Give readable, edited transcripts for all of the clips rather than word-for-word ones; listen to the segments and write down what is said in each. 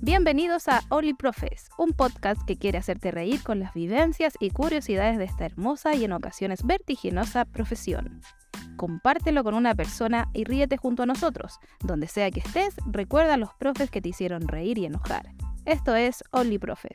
Bienvenidos a Only Profes, un podcast que quiere hacerte reír con las vivencias y curiosidades de esta hermosa y en ocasiones vertiginosa profesión. Compártelo con una persona y ríete junto a nosotros. Donde sea que estés, recuerda a los profes que te hicieron reír y enojar. Esto es Only Profes.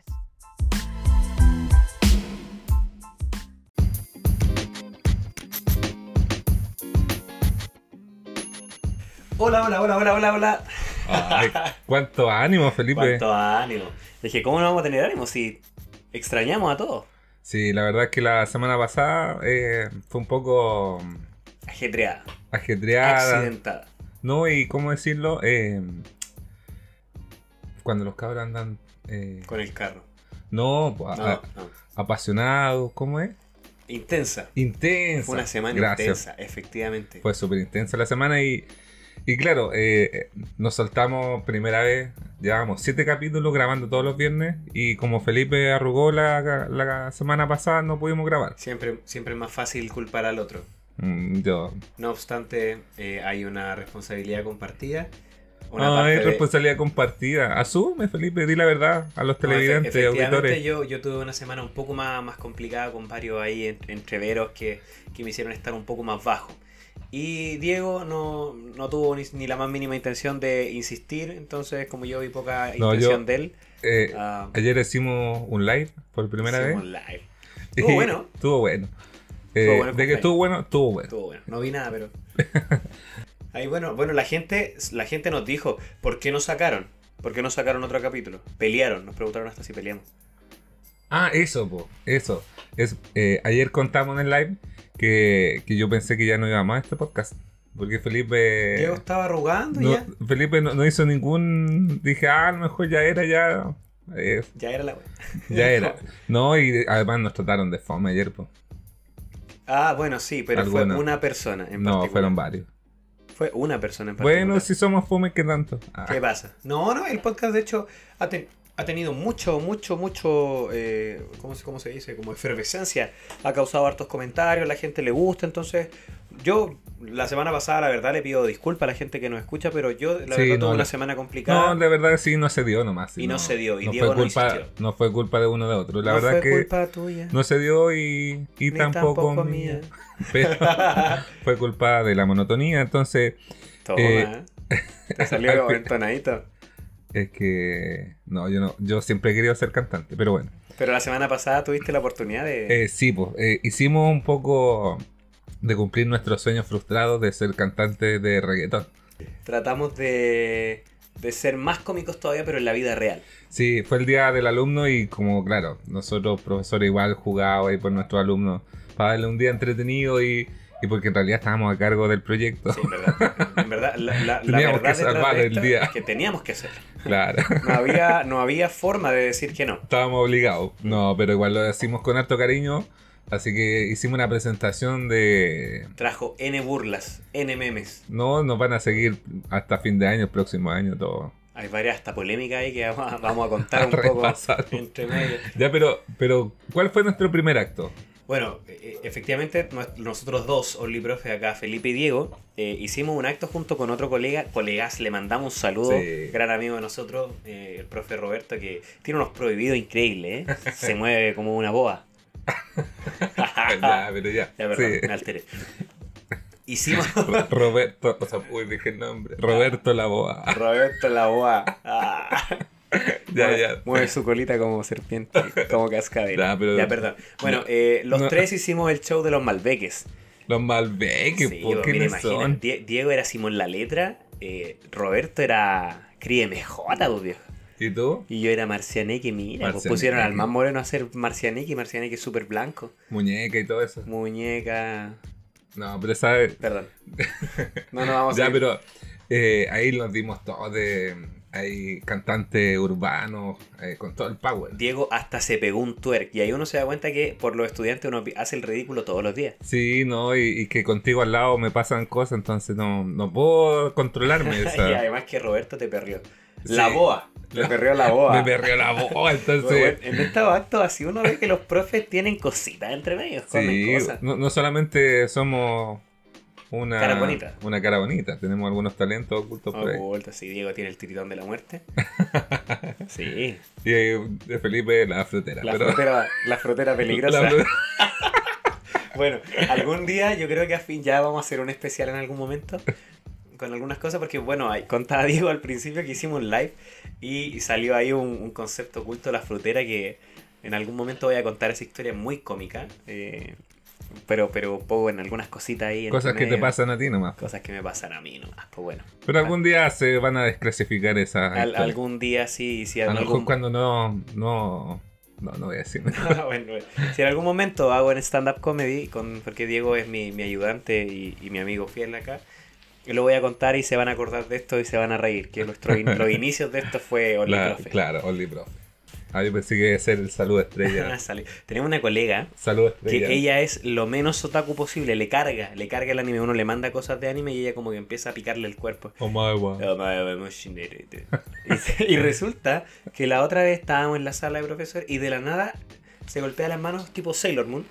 Hola. Ay, cuánto ánimo, Felipe. Cuánto ánimo. Dije, ¿cómo no vamos a tener ánimo si extrañamos a todos? Sí, la verdad es que la semana pasada fue un poco Ajetreada. accidentada. No, y cómo decirlo, cuando los cabros andan... Con el carro. No, No. apasionados, ¿cómo es? Intensa. Intensa. Fue una semana Gracias. intensa, efectivamente. Fue súper intensa la semana y claro, nos soltamos primera vez, llevamos 7 capítulos grabando todos los viernes y como Felipe arrugó la semana pasada no pudimos grabar. Siempre es más fácil culpar al otro. Yo... No obstante, hay una responsabilidad compartida. Hay responsabilidad compartida. Asume, Felipe, di la verdad a los televidentes, auditores. Yo tuve una semana un poco más complicada con varios ahí entreveros que me hicieron estar un poco más bajo. Y Diego no tuvo ni la más mínima intención de insistir, entonces como yo vi poca intención de él... ayer hicimos un live por primera vez. Un live. Estuvo bueno. Estuvo bueno. De que estuvo bueno. No vi nada, pero... Ahí bueno, la gente nos dijo, ¿por qué no sacaron? ¿Por qué no sacaron otro capítulo? Pelearon, nos preguntaron hasta si peleamos. Eso. Ayer contamos en el live que yo pensé que ya no iba más a este podcast. Porque Felipe... Diego estaba arrugando ya. Felipe no hizo ningún... Dije, a lo mejor ya era. Ya era la wea. Ya era. No, y además nos trataron de fome ayer, po. Bueno, sí, pero Alguna. Fue una persona en particular. No, fueron varios. Fue una persona en particular. Bueno, si somos fome, ¿qué tanto? ¿Qué pasa? No, el podcast de hecho ha tenido mucho, ¿cómo se dice? Como efervescencia. Ha causado hartos comentarios, la gente le gusta, entonces yo la semana pasada la verdad le pido disculpas a la gente que nos escucha, pero yo la verdad tuve una semana complicada. No, de verdad sí, no se dio nomás. Y no se dio, y no Diego fue culpa, no insistió. No fue culpa de uno de otro, la no verdad fue que culpa tuya. no se dio y tampoco mía. Pero fue culpa de la monotonía, entonces... Toma, te salió entonadito. Es que... No, yo siempre he querido ser cantante, pero bueno. Pero la semana pasada tuviste la oportunidad de... Sí, pues, hicimos un poco de cumplir nuestros sueños frustrados de ser cantantes de reggaetón. Tratamos de ser más cómicos todavía, pero en la vida real. Sí, fue el día del alumno y como, claro, nosotros profesores igual jugábamos ahí por nuestros alumnos para darle un día entretenido y porque en realidad estábamos a cargo del proyecto. Sí, en verdad. La teníamos verdad que salvar el día. Es que teníamos que hacerlo. Claro. No había forma de decir que no. Estábamos obligados. No, pero igual lo decimos con harto cariño. Así que hicimos una presentación de... Trajo N burlas, N memes. No, nos van a seguir hasta fin de año, el próximo año, todo. Hay varias hasta polémicas ahí que vamos a contar un poco entre medio. Ya, pero ¿cuál fue nuestro primer acto? Bueno, efectivamente, nosotros dos, Only Profe, acá Felipe y Diego, hicimos un acto junto con otro colegas, le mandamos un saludo, sí. Gran amigo de nosotros, el profe Roberto, que tiene unos prohibidos increíbles, se mueve como una boa. Ya, pero ya. Ya, perdón, sí. Me alteré. Hicimos... Roberto, o sea, dije el nombre. Roberto la boa. Roberto la boa. Ya. Mueve su colita como serpiente, como cascabel. Ya, perdón. Bueno, los tres hicimos el show de los Malbeques. Los Malbeques, sí, ¿por qué no son? Diego era Simón La Letra, Roberto era Crie MJ, pues viejo. ¿Y tú? Y yo era Marcianeque, mira, pues pusieron al más moreno a hacer Marcianeque es súper blanco. Muñeca y todo eso. Muñeca. No, pero sabes. Perdón. No vamos a ya, pero ahí nos dimos todo de. Hay cantantes urbanos con todo el power. Diego hasta se pegó un twerk y ahí uno se da cuenta que por los estudiantes uno hace el ridículo todos los días. Sí, no, y que contigo al lado me pasan cosas, entonces no puedo controlarme. Y además que Roberto te perrió. Sí. La boa. Le perrió la boa. Me perrió la boa, entonces... Bueno, en estos actos así uno ve que los profes tienen cositas entre medios. Sí, no solamente somos Cara bonita. Una cara bonita. Tenemos algunos talentos ocultos por ahí. Ocultos, sí, Diego tiene el tiritón de la muerte. Sí. Y de Felipe la frutera. La frutera peligrosa. La frutera. Bueno, algún día yo creo que a fin ya vamos a hacer un especial en algún momento con algunas cosas, porque bueno, contaba Diego al principio que hicimos un live y salió ahí un concepto oculto de la frutera que en algún momento voy a contar esa historia muy cómica, pero pongo en algunas cositas ahí. Cosas que te pasan a ti nomás. Cosas que me pasan a mí nomás, pues bueno. Pero algún día se van a desclasificar esas algún día sí. A lo mejor cuando no voy a decir. Bueno, si en algún momento hago en stand-up comedy, porque Diego es mi ayudante y mi amigo fiel acá, lo voy a contar y se van a acordar de esto y se van a reír. Que los inicios de esto fue Only Profe. Claro, Only Profe. Yo pensé que iba a ser el saludo estrella. Tenemos una colega que ella es lo menos otaku posible. Le carga el anime. Uno le manda cosas de anime y ella como que empieza a picarle el cuerpo. Y resulta que la otra vez estábamos en la sala de profesor y de la nada se golpea las manos tipo Sailor Moon.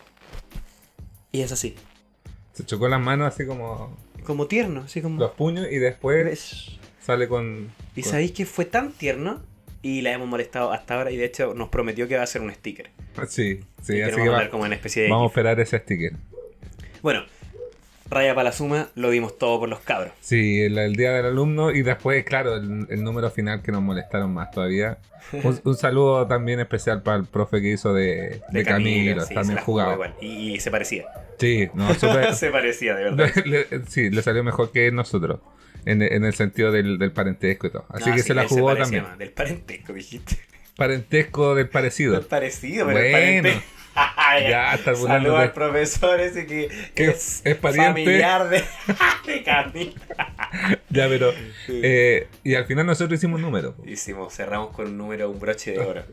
Y es así. Se chocó las manos así como tierno, así como... Los puños y después sale con... Y sabéis que fue tan tierno y la hemos molestado hasta ahora y de hecho nos prometió que va a hacer un sticker. Sí, así que como una especie de vamos a esperar ese sticker. Bueno, raya para la suma, lo dimos todo por los cabros. Sí, el día del alumno y después, claro, el número final que nos molestaron más todavía. Un saludo también especial para el profe que hizo de Camilo, sí, también jugaba. Igual. Y se parecía. Sí, no, súper. Se parecía, de verdad. Sí, le salió mejor que nosotros. En el sentido del parentesco y todo. Así que se la jugó también. Del parentesco, dijiste. Parentesco del parecido. Del parecido, pero bueno, el parentesco. Ya, está burlando. Saludos al profesor ese que es pariente. Familiar de Camilo. Ya, pero. Sí. Y al final nosotros hicimos un número. Cerramos con un broche de oro.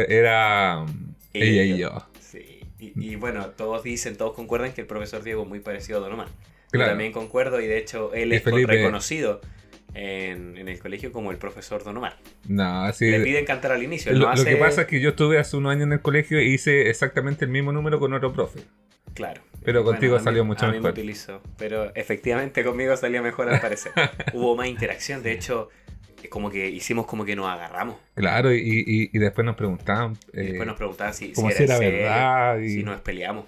Era ella y yo. Sí. Y bueno, todos concuerdan que el profesor Diego es muy parecido a Don Omar. Claro. Yo también concuerdo y de hecho él es reconocido en el colegio como el profesor Don Omar. No, sí. Le piden cantar al inicio. Lo que pasa es que yo estuve hace unos años en el colegio e hice exactamente el mismo número con otro profe. Claro. Pero contigo salió mucho mejor. A mí me utilizó, pero efectivamente conmigo salió mejor al parecer. Hubo más interacción, de hecho, como que hicimos como que nos agarramos. Claro, y después nos preguntaban. Si era verdad. Si nos peleamos.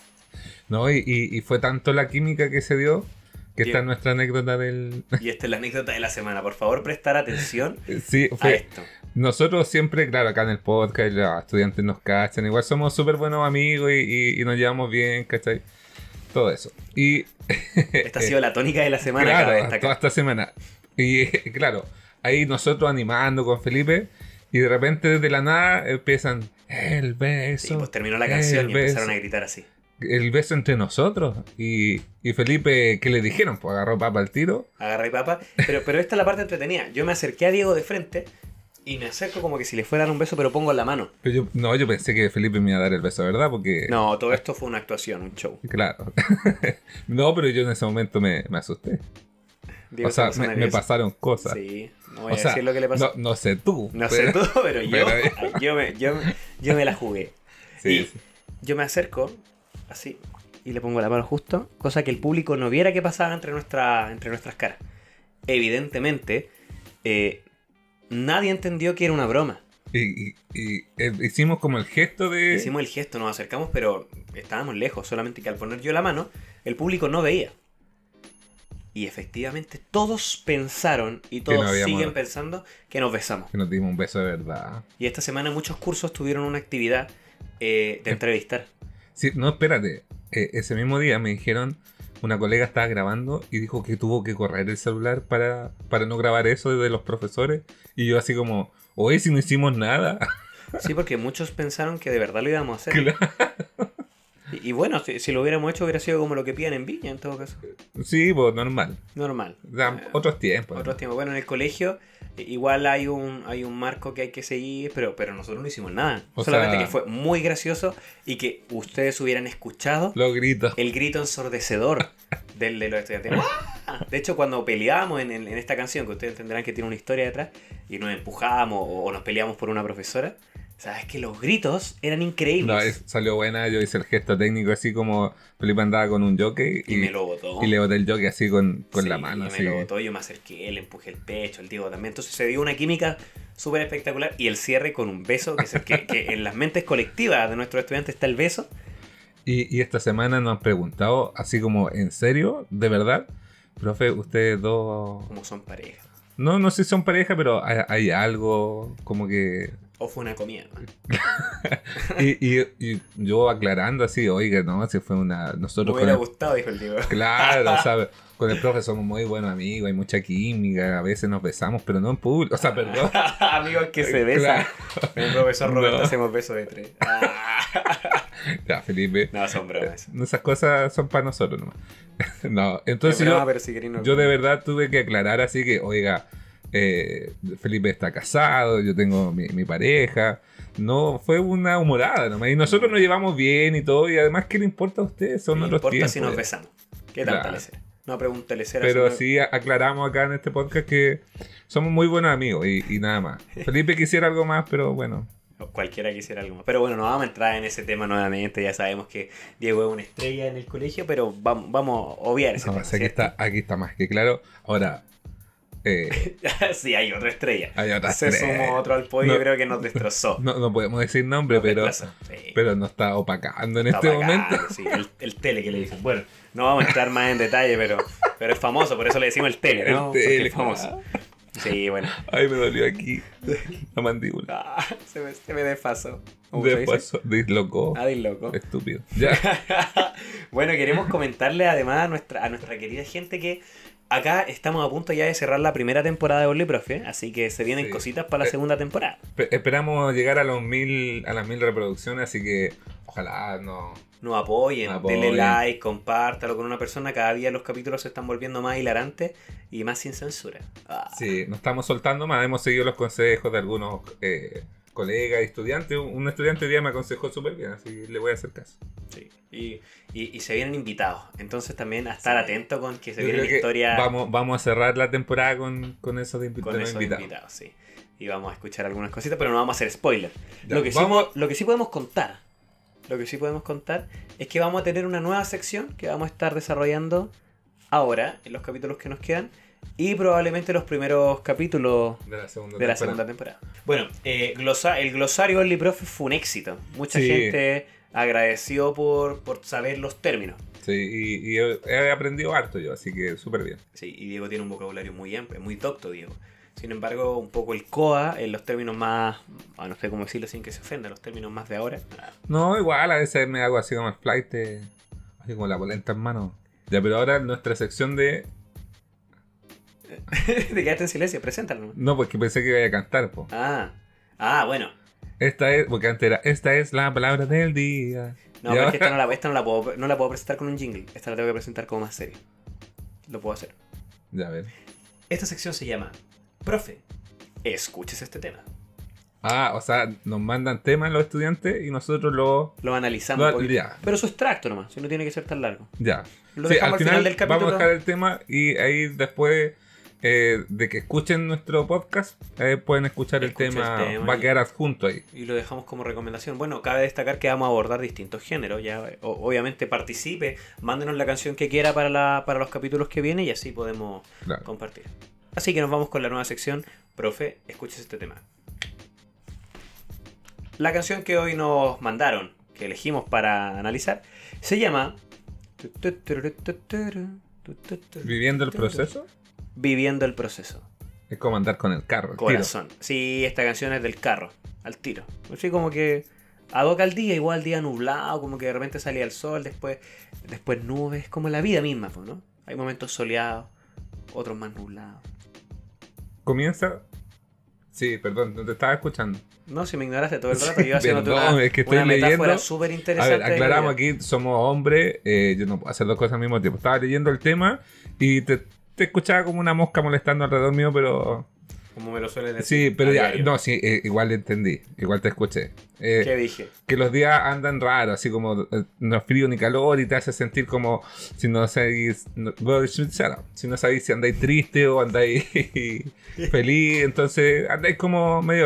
No, y fue tanto la química que se dio que esta es nuestra anécdota del... Y esta es la anécdota de la semana. Por favor, prestar atención a esto. Nosotros siempre, claro, acá en el podcast, los estudiantes nos cachan. Igual somos súper buenos amigos y nos llevamos bien, ¿cachai? Todo eso. Y esta ha sido la tónica de la semana. Claro, toda esta semana. Y claro, ahí nosotros animando con Felipe y de repente desde la nada empiezan el beso. Sí, pues terminó la canción y empezaron a gritar así. El beso entre nosotros. Y Felipe, ¿qué le dijeron? Pues agarró papa al tiro. Agarré papa. Pero esta es la parte entretenida. Yo me acerqué a Diego de frente y me acerco como que si le fuera a dar un beso, pero pongo en la mano. Pero yo pensé que Felipe me iba a dar el beso, ¿verdad? Porque... No, todo esto fue una actuación, un show. Claro. No, pero yo en ese momento me asusté. Diego, o sea, me pasaron cosas. Sí, no voy a decir lo que le pasó. No sé tú. No sé tú, pero yo me la jugué. Sí, y yo me acerco así y le pongo la mano justo, cosa que el público no viera qué pasaba entre nuestras caras. Evidentemente, nadie entendió que era una broma. Y hicimos como el gesto de... Hicimos el gesto, nos acercamos, pero estábamos lejos, solamente que al poner yo la mano, el público no veía. Y efectivamente todos pensaron, y todos siguen pensando, que nos besamos. Que nos dimos un beso de verdad. Y esta semana muchos cursos tuvieron una actividad de entrevistar. Sí, no, espérate. Ese mismo día me dijeron, una colega estaba grabando y dijo que tuvo que correr el celular para no grabar eso de los profesores. Y yo así como, oye, si no hicimos nada. Sí, porque muchos pensaron que de verdad lo íbamos a hacer. Claro. Y bueno, si lo hubiéramos hecho hubiera sido como lo que piden en Viña en todo caso. Sí, pues normal. Otros tiempos. Otros tiempos. Bueno, en el colegio igual hay un marco que hay que seguir, pero nosotros no hicimos nada. Solamente que fue muy gracioso y que ustedes hubieran escuchado los gritos. El grito ensordecedor de los estudiantes. De hecho, cuando peleábamos en esta canción, que ustedes entenderán que tiene una historia detrás, y nos empujábamos o nos peleamos por una profesora, sabes que los gritos eran No, increíbles. salió buena, yo hice el gesto técnico así como Felipe andaba con un jockey y me lo botó. y le boté el jockey así con Sí, la mano. y Así. me lo botó, yo me acerqué, le empujé el pecho, el Diego también. Entonces se dio una química súper espectacular. Y el cierre con un beso, que en las mentes colectivas de nuestros estudiantes está el beso. Y esta semana nos han preguntado, así como, ¿en serio? ¿De verdad? Profe, ustedes dos... Como son pareja. No sé si son pareja, pero hay algo como que... O fue una comida. Y yo aclarando así, oiga, no, si fue una... Me Nosotros hubiera con el- gustado, dijo el Diego. Claro, o sea, con el profe somos muy buenos amigos, hay mucha química, a veces nos besamos, pero no en público. O sea, perdón. Amigos que se besan. Claro. Con el profesor Roberto No. hacemos besos de 3. Ya, Felipe. No, son bromas. Esas cosas son para nosotros nomás. No, Es entonces broma, yo, pero si queréis no- yo de verdad tuve que aclarar así que, oiga, Felipe está casado, yo tengo mi pareja. No, fue una humorada nomás. Y nosotros nos llevamos bien y todo. Y además, ¿qué le importa a ustedes? Son No otros importa tiempos. si nos besamos. ¿Qué tanta Claro. lecera? No pregunta lecera. Pero sino- sí aclaramos acá en este podcast que somos muy buenos amigos y nada más. Felipe quisiera algo más, pero bueno. O cualquiera quisiera algo más. Pero bueno, no vamos a entrar en ese tema nuevamente. Ya sabemos que Diego es una estrella en el colegio, pero vamos a obviar ese No, tema. o sea, aquí está más que claro. Ahora, ¿Cierto? Sí, hay otra estrella. hay otras Se tres. sumó otro al podio, No. creo que nos destrozó. No podemos decir nombre, Nos pero, desplazó. Sí. pero nos está opacando en Está este bacán, momento. sí, el tele que le dicen. Bueno, no vamos a entrar más en detalle, pero es famoso, por eso le decimos el tele, ¿no? El Porque tele, es famoso. Sí, bueno. Ay, me dolió aquí la mandíbula. Ah, se me desfasó. ¿Cómo se dice? Después, dislocó. Ah, del loco. Estúpido. Ya. Bueno, queremos comentarle además a nuestra querida gente que acá estamos a punto ya de cerrar la primera temporada de Only Profe, así que se vienen Sí. cositas para la segunda temporada. Esperamos llegar a las 1000 reproducciones, así que ojalá no. Nos apoyen, Nos denle apoyen. like, compártalo con una persona. Cada día los capítulos se están volviendo más hilarantes y más sin censura. Ah, Sí, nos estamos soltando más. Hemos seguido los consejos de algunos colegas y estudiantes. Un estudiante hoy día me aconsejó súper bien, así le voy a hacer caso. sí. Y se vienen invitados. Entonces también a estar Sí. atento con que se Yo viene creo la que historia vamos a cerrar la temporada con esos de con los esos invitados. invitados. Sí. Y vamos a escuchar algunas cositas, pero no vamos a hacer spoiler. Ya, Lo que, vamos- lo que sí podemos contar. Lo que sí podemos contar es que vamos a tener una nueva sección que vamos a estar desarrollando ahora, en los capítulos que nos quedan, y probablemente los primeros capítulos de la segunda de la temporada. segunda temporada. Bueno, el glosario Only Profe fue un éxito. Mucha Sí. gente agradeció por saber los términos. Sí, y he aprendido harto yo, así que súper bien. Sí, y Diego tiene un vocabulario muy amplio, muy docto, Diego. Sin embargo, un poco el COA, en los términos más, no sé cómo decirlo sin que se ofenda, los términos más de ahora. No, igual a veces me hago así como el flight, así como la polenta en mano. Ya, pero ahora nuestra sección de... Te quedaste en silencio, preséntalo. No, porque pensé que iba a cantar, po. Bueno. Esta es, porque antes era, esta es la palabra del día. No, Y pero es que ahora- esta no la puedo presentar con un jingle. Esta la tengo que presentar como más serio. Lo puedo hacer. Ya, a ver. Esta sección se llama Profe, escuches este tema. Ah, o sea, nos mandan temas los estudiantes y nosotros lo... Lo analizamos Lo- un poquito. ya. Pero su extracto nomás, si no tiene que ser tan largo. Ya. Lo Sí, dejamos al final del capítulo. vamos a dejar el tema y ahí después de que escuchen nuestro podcast, pueden escuchar el Escucha el tema. tema Va a y- quedar adjunto ahí. Y lo dejamos como recomendación. Bueno, cabe destacar que vamos a abordar distintos géneros. Ya, obviamente participe, mándenos la canción que quiera para los capítulos que vienen y así podemos Claro. compartir. Así que nos vamos con la nueva sección. Profe, escuches este tema. La canción que hoy nos mandaron, que elegimos para analizar, se llama Viviendo el proceso Viviendo el proceso. es como andar con el carro. el tiro. Corazón. Sí, esta canción es del carro, al tiro. Así como que ad hoc al día, igual día nublado, como que de repente salía el sol, después nubes, como la vida misma, pues, ¿no? Hay momentos soleados, otros más nublados. Comienza. Sí, perdón, no te estaba escuchando. No, si me ignoraste todo el rato, yo iba haciéndote Perdón, una, es que estoy una metáfora leyendo. súper A interesante. ver, aclaramos aquí, somos hombres, yo no puedo hacer dos cosas al mismo tiempo. Estaba leyendo el tema y te escuchaba como una mosca molestando alrededor mío, pero... Como me lo suelen decir. Sí, pero a ya, diario. no, sí, igual entendí, igual te escuché. ¿Qué dije? Que los días andan raros, así como no es frío ni calor y te hace sentir como si no sabéis, si no sabéis si andáis triste o andáis feliz, entonces andáis como medio raro.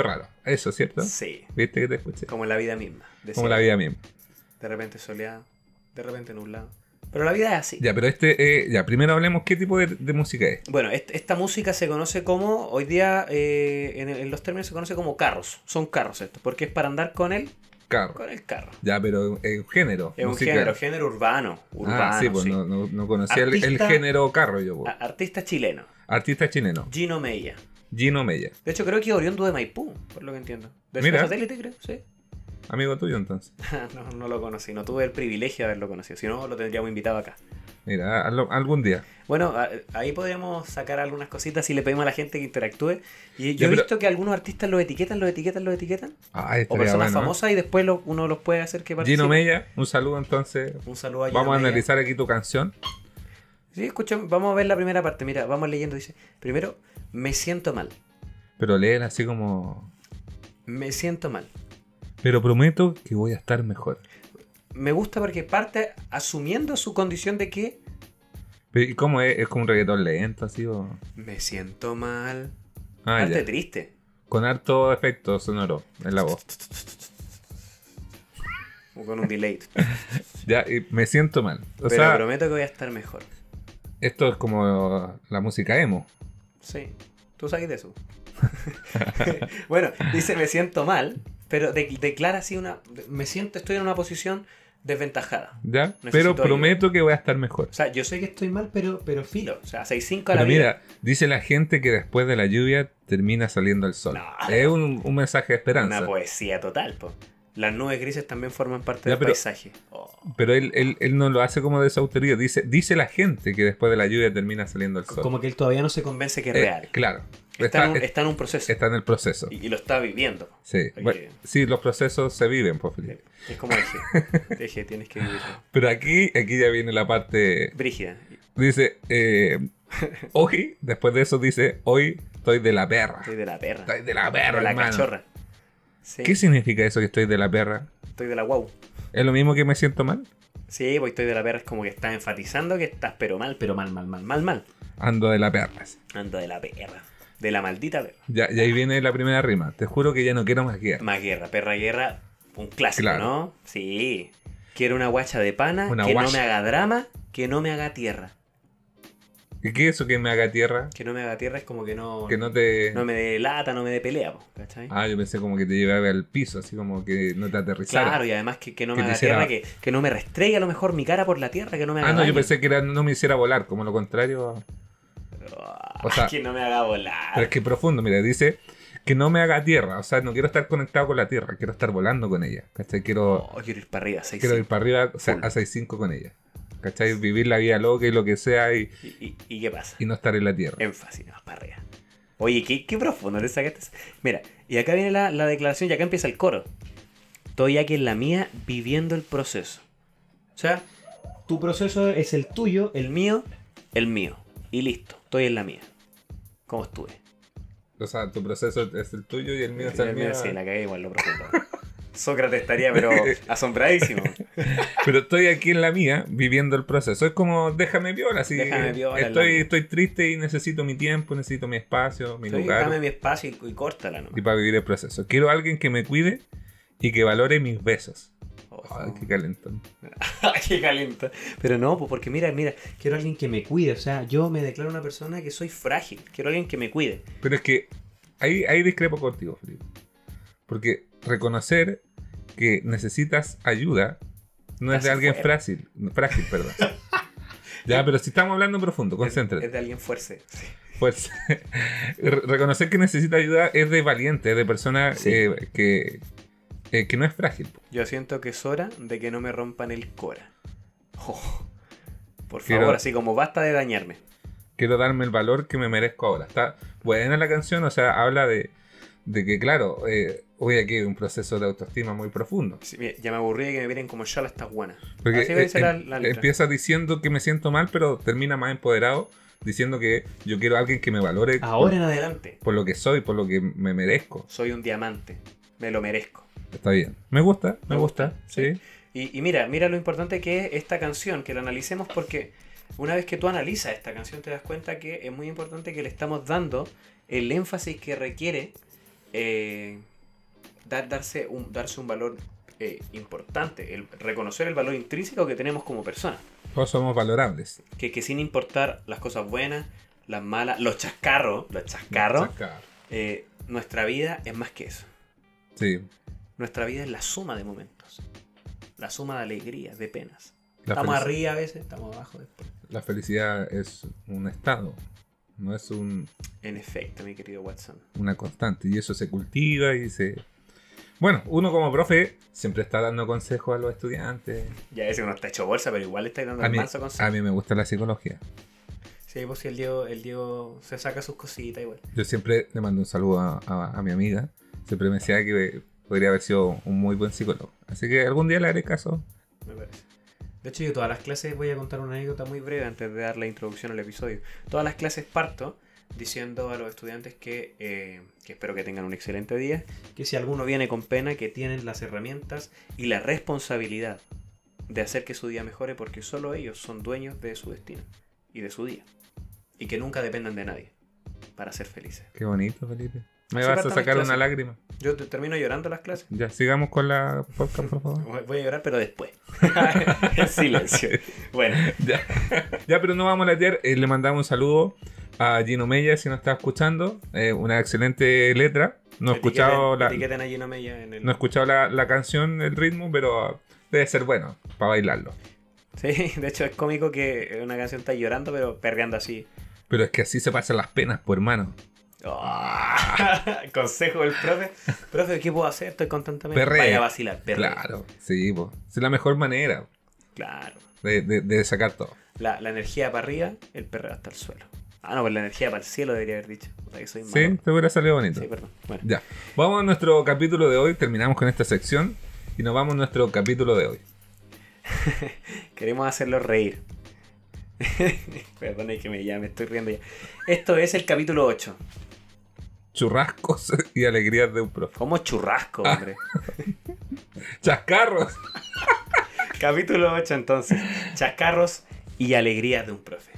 Eso, ¿cierto? Sí. ¿Viste que te escuché? Como la vida misma. Como la vida misma. De repente soleado, de repente nublado. Pero la vida es así. Ya, pero ya, primero hablemos qué tipo de música es. Bueno, esta música se conoce como, hoy día en los términos se conoce como carros. Son carros esto, porque es para andar con el Carro. carro. Ya, pero es un género. Es un musical. género urbano. Sí, pues sí. no conocía el Artista- género carro yo. Pues. Artista chileno, Artista chileno, Gino Mella. Gino Mella. De hecho, creo que oriundo de Maipú, por lo que entiendo. De Mira. satélite, creo, sí. Amigo tuyo entonces. No lo conocí, no tuve el privilegio de haberlo conocido, si no lo tendríamos invitado acá. Mira, algún día. Bueno, ahí podríamos sacar algunas cositas y le pedimos a la gente que interactúe. Y yo Ya, he pero- visto que algunos artistas los etiquetan. Ah, O estaría personas bueno, ¿eh? famosas y después uno los puede hacer que participen. Gino Mella, un saludo entonces. Un saludo a Gino Vamos a Mella. analizar aquí tu canción. Sí, escucha, vamos a ver la primera parte. Mira, vamos leyendo. Dice, primero, me siento mal. Pero léela así como... Me siento mal. Pero prometo que voy a estar mejor. Me gusta porque parte asumiendo su condición de que ¿Y cómo es? ¿Es como un reggaetón lento así o...? me siento mal. Ah, Parte ya. triste. Con harto efecto sonoro en la voz. O con un delay. Ya, y me siento mal. O Pero sea, prometo que voy a estar mejor. esto es como la música emo. Sí, tú sabes de eso. Bueno, dice me siento mal, pero declara así estoy en una posición desventajada. ¿Ya? Necesito Pero ayuda. prometo que voy a estar mejor. O sea, yo sé que estoy mal, pero filo. O sea, 6-5 a Pero la vida. mira, dice la gente que después de la lluvia termina saliendo el sol. No. Es un mensaje de esperanza. Una poesía total, po. Las nubes grises también forman parte Ya, del pero- paisaje. Oh. Pero él no lo hace como de su autoría. Dice la gente que después de la lluvia termina saliendo el sol. Como que él todavía no se convence que es real. Claro. Está en un proceso. Está en el proceso. Y lo está viviendo. Sí. Porque- Bueno, sí, los procesos se viven, pues, Felipe. Es como dije. Dije, tienes que vivirlo. Pero aquí ya viene la parte. Brígida. Dice, hoy, después de eso dice, hoy estoy de la perra. Estoy de la perra. Estoy de la perra, de la hermano. cachorra. Sí, ¿Qué significa eso que estoy de la perra? estoy de la guau. ¿Es lo mismo que me siento mal? Sí, pues estoy de la perra es como que estás enfatizando que estás pero mal. Mal. Ando de la perra. Ando de la perra. De la maldita perra. Ya, y ahí viene la primera rima. Te juro que ya no quiero más guerra. Más guerra, perra guerra, un clásico, Claro. ¿no? Sí. Quiero una guacha de pana, Una que no guacha. me haga drama, que no me haga tierra. ¿Y qué es eso que me haga tierra? Que no me haga tierra es como que no te... me dé lata, no me dé pelea, po, ¿cachai? Ah, yo pensé como que te llevaba al piso, así como que no te aterrizara. Claro, y además que no me Que te haga hiciera- tierra, que no me restregue a lo mejor mi cara por la tierra, que no me haga Ah, no, yo daño. pensé que no me hiciera volar, como lo contrario. O sea, que no me haga volar. pero es que profundo, mira, dice que no me haga tierra. O sea, no quiero estar conectado con la tierra, quiero estar volando con ella. ¿Cachai? Quiero Quiero ir para arriba, 6 ir para arriba, o sea, Full. a 6.5 con ella. ¿Cachai? Vivir la vida loca y lo que sea y ¿Y qué pasa? no estar en la tierra. Énfasis, más para arriba. Oye, qué profundo te sacaste. Mira, y acá viene la declaración y acá empieza el coro. Estoy aquí en la mía viviendo el proceso. O sea, tu proceso es el tuyo, el mío. Y listo, estoy en la mía. ¿Cómo estuve? O sea, tu proceso es el tuyo y el mío es el mío. Sí, la cagué igual lo profundo. Sócrates estaría pero asombradísimo. Pero estoy aquí en la mía, viviendo el proceso. Es como, déjame viola, así. Déjame viola en la mía. Estoy triste y necesito mi tiempo, necesito mi espacio, mi lugar. Dame mi espacio y córtala, ¿no? Y para vivir el proceso. Quiero a alguien que me cuide y que valore mis besos. Ay, qué calentón. Ay, qué calienta. Pero no, pues porque mira, quiero a alguien que me cuide. O sea, yo me declaro una persona que soy frágil. Quiero a alguien que me cuide. Pero es que ahí discrepo contigo, Felipe. Porque reconocer que necesitas ayuda no es de Estás alguien fuera. frágil, perdón. Ya, pero si estamos hablando profundo, concéntrate. Es de alguien fuerte. Sí. Pues reconocer que necesita ayuda es de valiente, es de persona Sí. que no es frágil. Yo siento que es hora de que no me rompan el cora. Oh, por Quiero- favor, así como basta de dañarme. Quiero darme el valor que me merezco ahora. Está buena la canción, o sea, habla de que, claro, hoy aquí hay un proceso de autoestima muy profundo. Sí, mira, ya me aburrí de que me miren como charla estas buenas. Porque Así dice la letra. empieza diciendo que me siento mal, pero termina más empoderado, diciendo que yo quiero a alguien que me valore Ahora en adelante, por lo que soy, por lo que me merezco. soy un diamante. Me lo merezco. Está bien. Me gusta, sí. sí. Y mira lo importante que es esta canción, que la analicemos porque una vez que tú analizas esta canción te das cuenta que es muy importante que le estamos dando el énfasis que requiere darse un valor importante, el reconocer el valor intrínseco que tenemos como personas. Todos somos valorables. Que sin importar las cosas buenas, las malas, los chascarros, nuestra vida es más que eso. Sí. Nuestra vida es la suma de momentos, la suma de alegrías, de penas. La Estamos felici- arriba a veces, estamos abajo después. La felicidad es un estado, no es En efecto, mi querido Watson. una constante. Y eso se cultiva y se... Bueno, uno como profe siempre está dando consejos a los estudiantes. Ya ese uno está hecho bolsa, pero igual le está dando A el mí, manso consejo. a mí me gusta la psicología. Sí, pues si el Diego se saca sus cositas igual. Yo siempre le mando un saludo a mi amiga. Siempre me decía que podría haber sido un muy buen psicólogo. Así que algún día le haré caso. Me parece. De hecho, yo todas las clases voy a contar una anécdota muy breve antes de dar la introducción al episodio. Todas las clases parto diciendo a los estudiantes que espero que tengan un excelente día, que si alguno viene con pena, que tienen las herramientas y la responsabilidad de hacer que su día mejore, porque solo ellos son dueños de su destino y de su día. Y que nunca dependan de nadie para ser felices. Qué bonito, Felipe. Me Así vas a partan mis sacar una clases. lágrima. Yo termino llorando las clases. Ya, sigamos con la podcast, por favor. Voy a llorar, pero después. En silencio. Bueno. Ya. Ya, pero no vamos a latear. Le mandamos un saludo a Gino Mella, si nos está escuchando. Una excelente letra. No he escuchado Etiqueten a Gino Mella en el... no he escuchado la canción, el ritmo, pero debe ser bueno para bailarlo. Sí, de hecho es cómico que una canción está llorando, pero perreando así. Pero es que así se pasan las penas, pues, hermano. Oh, consejo del profe. Profe, ¿qué puedo hacer? Estoy constantemente. Perrea. Vaya a vacilar, perrea. Claro, sí, pues. Es la mejor manera Claro. de sacar todo. La energía para arriba, el perreo hasta el suelo. Ah, no, pues la energía para el cielo debería haber dicho. O sea, que soy Sí, malo. te hubiera salido bonito. Sí, perdón. Bueno. Ya. Vamos a nuestro capítulo de hoy. Terminamos con esta sección y nos vamos a nuestro capítulo de hoy. Queremos hacerlo reír. Perdón, es que me estoy riendo ya. Esto es el capítulo 8. Churrascos y alegrías de un profe. Como churrasco, hombre. Chascarros. Capítulo 8 entonces. Chascarros y alegrías de un profe.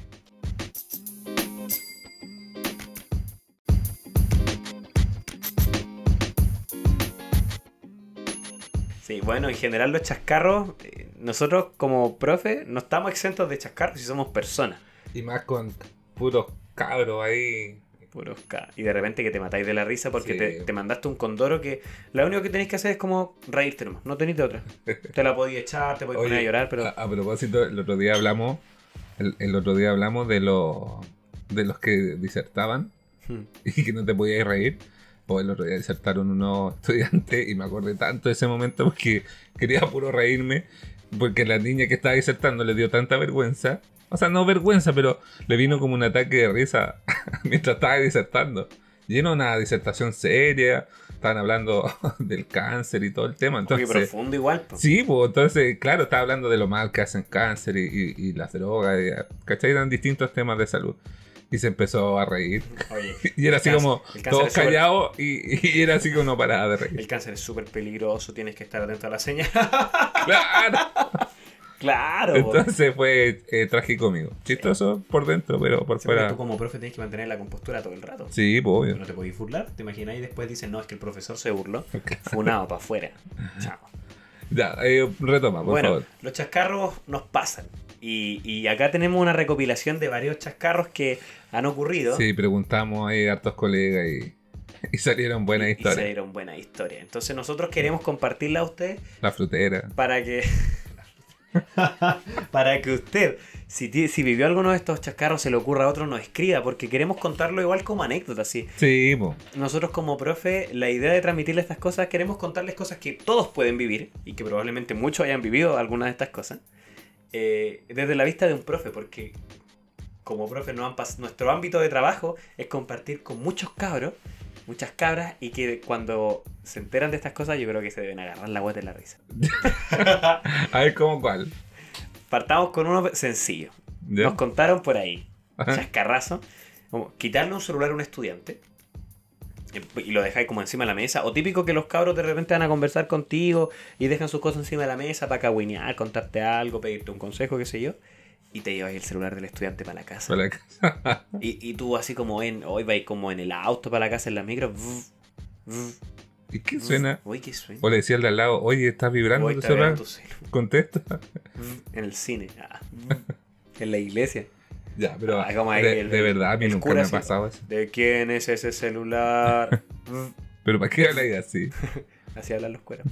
Sí, bueno, en general los chascarros, nosotros como profe no estamos exentos de chascarros si somos personas. Y más con puros cabros ahí. Puros y de repente que te matáis de la risa porque Sí. te mandaste un condoro que lo único que tenéis que hacer es como reírte nomás, no tenéis de otra. Te la podías echar, te podías poner a llorar, pero... a propósito, el otro día hablamos de los que disertaban Hmm. y que no te podías reír. Pues el otro día disertaron unos estudiantes y me acordé tanto de ese momento porque quería puro reírme porque la niña que estaba disertando le dio tanta vergüenza. O sea, no vergüenza, pero le vino como un ataque de risa mientras estaba disertando. Y era una disertación seria, estaban hablando del cáncer y todo el tema. Muy Entonces, profundo igual. Po. sí, pues entonces, claro, estaba hablando de lo mal que hacen cáncer y las drogas, ¿cachai? Eran distintos temas de salud. Y se empezó a reír. Oye, Y era así como el cáncer todos es súper- callados y era así que uno paraba de reír. El cáncer es súper peligroso, tienes que estar atento a la señal. Claro. Claro. po. Entonces fue tragicómico. Chistoso por dentro, pero por Sí, porque fuera. tú como profe tienes que mantener la compostura todo el rato. Sí, pues obvio. No te podéis burlar, te imaginas y después dicen, no, es que el profesor se burló. Funado para afuera. Chao. Ya, retoma, por Bueno, favor. los chascarros nos pasan. Y acá tenemos una recopilación de varios chascarros que han ocurrido. Sí, preguntamos ahí a hartos colegas y salieron buenas y historias. salieron buenas historias. Entonces nosotros queremos compartirla a usted La frutera. para que para que usted, si vivió alguno de estos chascarros, se le ocurra a otro, nos escriba, porque queremos contarlo igual como anécdota, sí. Sí, pues. Nosotros como profe, la idea de transmitirle estas cosas, queremos contarles cosas que todos pueden vivir y que probablemente muchos hayan vivido algunas de estas cosas desde la vista de un profe, porque como profe nuestro ámbito de trabajo es compartir con muchos cabros, muchas cabras, y que cuando se enteran de estas cosas yo creo que se deben agarrar la guata de la risa. A ver, ¿cómo cuál? Partamos con uno sencillo. ¿Ya? Nos contaron por ahí, Ajá. chascarrazo, como quitarle un celular a un estudiante y lo dejáis como encima de la mesa. O típico que los cabros de repente van a conversar contigo y dejan sus cosas encima de la mesa para cagüinear, contarte algo, pedirte un consejo, qué sé yo. Y te llevas el celular del estudiante para la casa. Para la casa. Y tú así como hoy vais como en el auto para la casa, en la micro. ¿Y qué suena? Uy, ¿qué suena? O le decía al de al lado, oye, ¿estás vibrando Uy, tu está celular? vibrando tu celu. Contesta. En el cine. En la iglesia. Ya, pero Como ahí de verdad, a mí el nunca cura me ha así, pasado eso. ¿de quién es ese celular? Pero ¿para qué habláis así? Así hablan los cueros.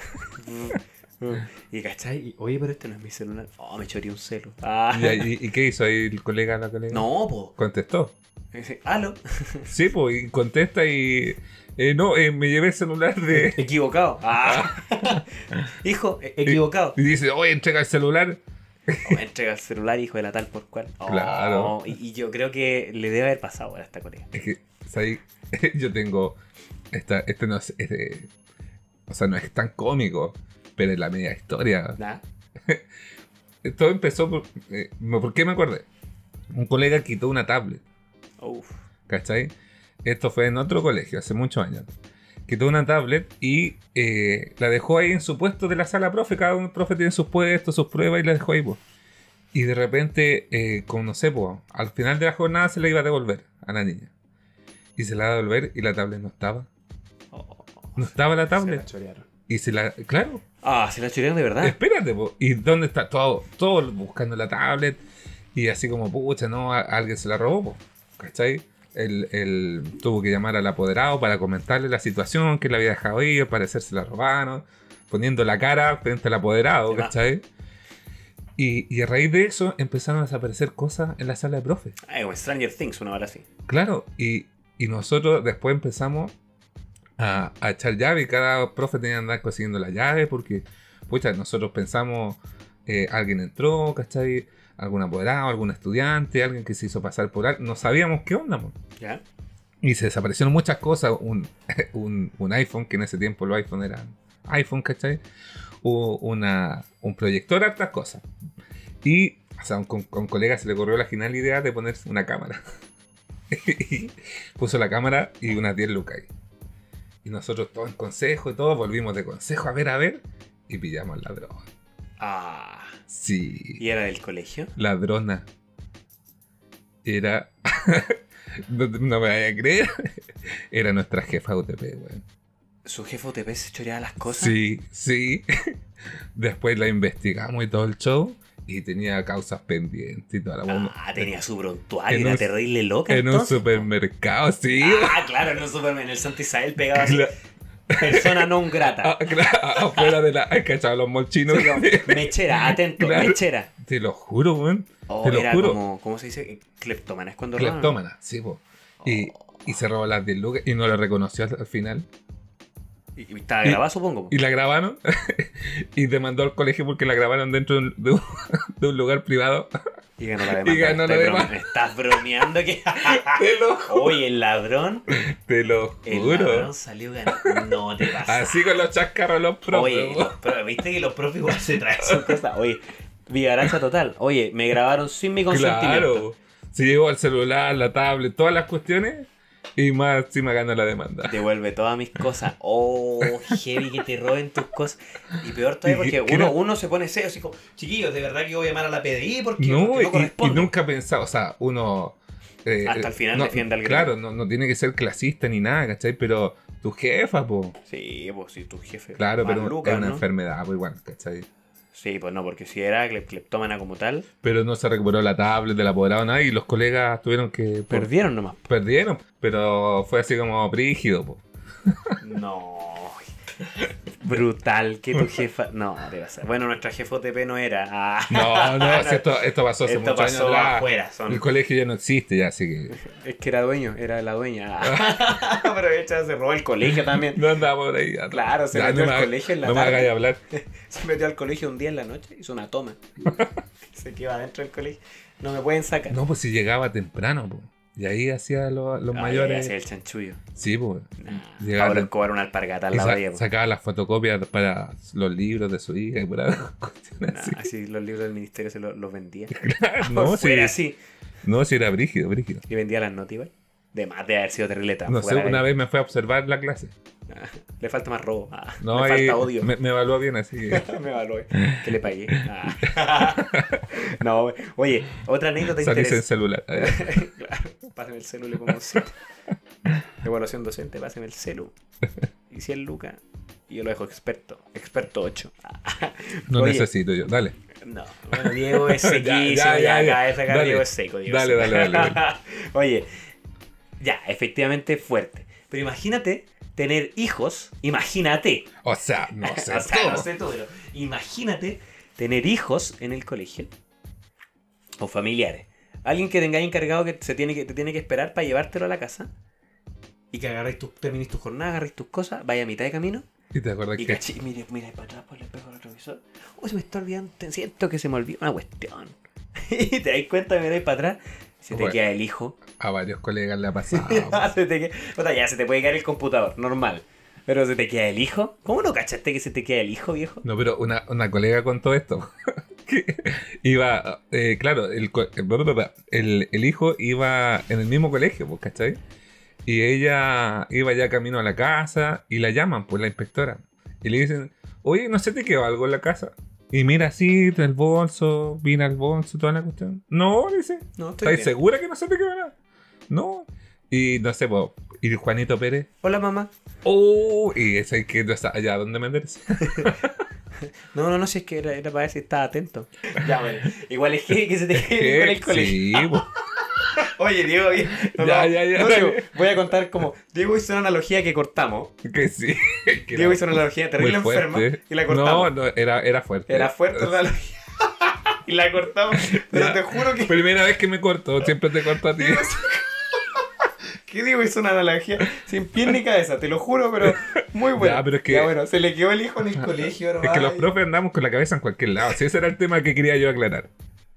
Y cachai, oye, pero este no es mi celular. Oh, me choreé un celu. ¿Y qué hizo ahí el colega, la colega? No, po. Contestó. Dice, ¿aló? Sí, pues, y contesta y... me llevé el celular de... Equivocado. Hijo, equivocado. Y dice, oye, entrega el celular. Entrega el celular, hijo de la tal por cual. Claro. Y yo creo que le debe haber pasado ahora a esta colega. Es que, ¿sabes? Yo tengo... Este no es... o sea, no es tan cómico, pero es la media historia. ¿Nada? Todo empezó por... ¿por qué me acordé? Un colega quitó una tablet. Uf. ¿Cachai? Esto fue en otro colegio, hace muchos años. Quitó una tablet y la dejó ahí en su puesto de la sala profe. Cada un profe tiene sus puestos, sus pruebas y la dejó ahí, pues. Y de repente, como no sé, pues, al final de la jornada se la iba a devolver a la niña. Y se la va a devolver y la tablet no estaba. No estaba la tablet. Se la chorearon. Y se la... Claro. Se la chorearon de verdad. Espérate, pues. ¿Y dónde está? Todo buscando la tablet. Y así como, pucha, no, alguien se la robó, pues. ¿Cachai? Él tuvo que llamar al apoderado para comentarle la situación, que le había dejado ir, al parecer se la robaron, poniendo la cara frente al apoderado, ¿cachai? Y a raíz de eso empezaron a desaparecer cosas en la sala de profe. Como Stranger Things, una hora así. Claro, y nosotros después empezamos a echar llave y cada profe tenía que andar consiguiendo la llave porque, pucha, nosotros pensamos, alguien entró, ¿cachai? Algún apoderado, algún estudiante, alguien que se hizo pasar por algo. No sabíamos qué onda, man. ¿Ya? Y se desaparecieron muchas cosas. Un iPhone, que en ese tiempo los iPhone eran iPhone, ¿cachai? Un proyector, hartas cosas. Y, o sea, a un colega se le ocurrió la genial idea de poner una cámara. Y puso la cámara y unas 10 lucas ahí. Y nosotros todos en consejo y todo, volvimos de consejo a ver, y pillamos al ladrón. Sí. ¿Y era del colegio? Ladrona. Era... no me vaya a creer. Era nuestra jefa UTP, weón. ¿Su jefa UTP se choreaba las cosas? Sí. Después la investigamos y todo el show. Y tenía causas pendientes y toda la bomba. Tenía su prontuario, era terrible loca. En entonces, un supermercado, sí. Claro, en un supermercado. En el Santa Isabel pegaba así. Persona non grata. Claro, afuera de la... Ay, cachado los molchinos. Sí, mechera, atento, claro. Mechera. Te lo juro, weón. Te lo era juro. como, ¿cómo se dice? Cleptómana, es cuando Cleptómana, sí, po. Y se robó las 10 lucas y no la reconoció al final. Y estaba grabada, supongo. Y la grabaron y demandó al colegio porque la grabaron dentro de un lugar privado. Y ganó la demanda. ¿Me estás bromeando? Que... Te lo juro. Oye, el ladrón. Te lo juro. El ladrón salió ganando. No te pasa. Así con los chascarros los profes. Oye, viste que los profes igual se traen sus cosas. Oye, vigaracha total. Oye, me grabaron sin mi consentimiento. Claro. Se llevó el celular, la tablet, todas las cuestiones. Y más encima gana la demanda. Devuelve todas mis cosas. Heavy que te roben tus cosas. Y peor todavía porque uno se pone serio así como, chiquillos, de verdad que yo voy a llamar a la PDI porque no corresponde. Y nunca pensaba, o sea, uno... hasta el final defiende al gremio. Claro, no tiene que ser clasista ni nada, ¿cachai? Pero tu jefa, po. Sí, pues sí, tu jefe. Claro, pero Lucas, es una ¿no? enfermedad, pues igual, ¿cachai? Sí, pues no, porque si era cleptómana como tal... Pero no se recuperó la tablet del apoderado, nada, y los colegas tuvieron que... Perdieron nomás. Perdieron, pero fue así como brígido, po. No... Brutal que tu jefa... No, te vas a... Bueno, nuestra jefa OTP no era... No, si esto pasó hace muchos años atrás. Afuera, El colegio ya no existe, ya, así que... Es que era la dueña. Pero ella se robó el colegio también. No andaba por ahí. Claro, se metió al colegio en la tarde. No me hagáis hablar. Se metió al colegio un día en la noche, hizo una toma. Se quedó adentro del colegio. No me pueden sacar. No, pues si llegaba temprano, pues. Y ahí hacía los mayores. Hacía el chanchullo. Sí, pues. Ahora Escobar una alpargata al lado de ella. Sacaba las fotocopias para los libros de su hija y por ahí. Así los libros del ministerio se los vendía. Claro, no, sí. Así. No, si era brígido. Y vendía las notas igual. De más de haber sido terrible. No sé, una vez me fue a observar la clase. Le falta más robo. No, le falta odio. Me evaluó bien así. Me evaluó. Que le pagué. No, oye, otra anécdota interesante. En celular. Claro, pásame el celu, le pongo un 7. Evaluación docente, pásame el celu. y 100 lucas. Y yo lo dejo experto 8. No Oye, necesito yo, dale. No, bueno, Diego es sequísimo, Ya, acá dale. Diego es seco. Diego es Dale. seco. Oye, ya, efectivamente fuerte. Pero imagínate tener hijos, imagínate. O sea, no sé. O sea, no sé tú, pero imagínate tener hijos en el colegio o familiares. Alguien que tengáis encargado que te tiene que esperar para llevártelo a la casa y que termines tu jornada, agarréis tus cosas, vaya a mitad de camino ¿Y te acuerdas y que mira para atrás por el espejo del retrovisor. Uy, se me está olvidando, siento que se me olvidó una cuestión. Y te das cuenta, miráis para atrás, se te Bueno. queda el hijo. a varios colegas le ha pasado? Ya se te puede caer el computador, normal. Pero se te queda el hijo. ¿Cómo no cachaste que se te queda el hijo, viejo? No, pero una colega contó esto. Que iba, claro, el hijo iba en el mismo colegio, pues, ¿cachai? Y ella iba ya camino a la casa y la llaman, pues, la inspectora. Y le dicen, oye, ¿no se te quedó algo en la casa? Y mira así, el bolso, vino el bolso, toda la cuestión. No, dice. No, estoy ¿Estás bien. segura que no se te quedó nada? No. Y no sé, pues, y Juanito Pérez. Hola, mamá. Oh, y ese que no está allá donde meterse. No, si es que era para ver si estaba atento. Ya, bueno. Igual es que se te quede con el colegio. Sí, pues. Oye, Diego, Ya. no, Diego, voy a contar como Diego hizo una analogía que cortamos. Que sí. Que Diego era hizo una analogía terrible muy enferma fuerte. y la cortamos. No, era fuerte. Era fuerte la analogía. Y la cortamos. Pero Ya. te juro que Primera vez que me corto, siempre te corto a ti. Diego hizo una analogía sin pie ni cabeza, te lo juro, pero muy bueno. Ya, pero es que- Ya, bueno, se le quedó el hijo en el colegio. Es que los profes andamos con la cabeza en cualquier lado. Sí, ese era el tema que quería yo aclarar.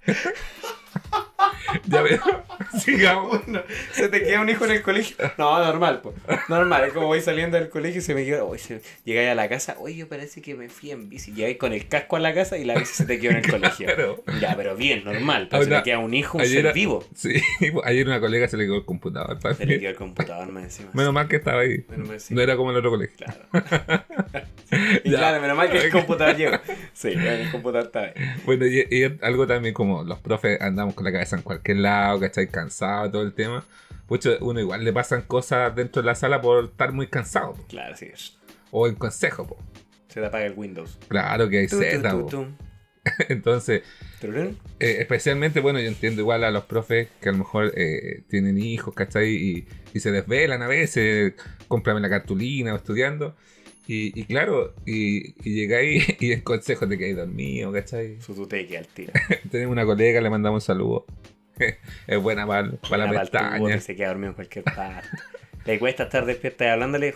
Ya veo. Sigamos. Bueno, se te queda un hijo en el colegio. No, normal, pues. Normal, es como voy saliendo del colegio y se me queda. Llegáis a la casa. Oye, yo parece que me fui en bici. Llegáis con el casco a la casa y la bici se te quedó en el colegio. Claro. Ya, pero bien, normal. Pero se Ahora, le queda un hijo, un ayer ser vivo. Sí, ayer una colega se le quedó el computador. Se le quedó el computador, me encima. Menos mal que estaba ahí. Menos mal, sí. No era como el otro colegio. Claro. Y Ya. claro, menos mal que el computador llegó. Sí, el computador está ahí. Bueno, y algo también como los profes andamos con la cabeza en cualquier lado, ¿cachai? Cansado, todo el tema. Pues uno igual le pasan cosas dentro de la sala por estar muy cansado. Po. Claro, sí es. O en consejo, po. Se te apaga el Windows. Claro que hay Tu, Z, tu, po. tu. Entonces, Tururún. especialmente, bueno, yo entiendo igual a los profes que a lo mejor tienen hijos, ¿cachai? Y se desvelan a veces, cómprame la cartulina o estudiando. Y claro, y llegáis y en consejo te quedáis dormido, ¿cachai? Su tuteque al tiro. Tenemos una colega, le mandamos un saludo. Es buena para la Una paltudo pestaña. que se queda dormido en cualquier parte. Le cuesta estar despierta y hablándole.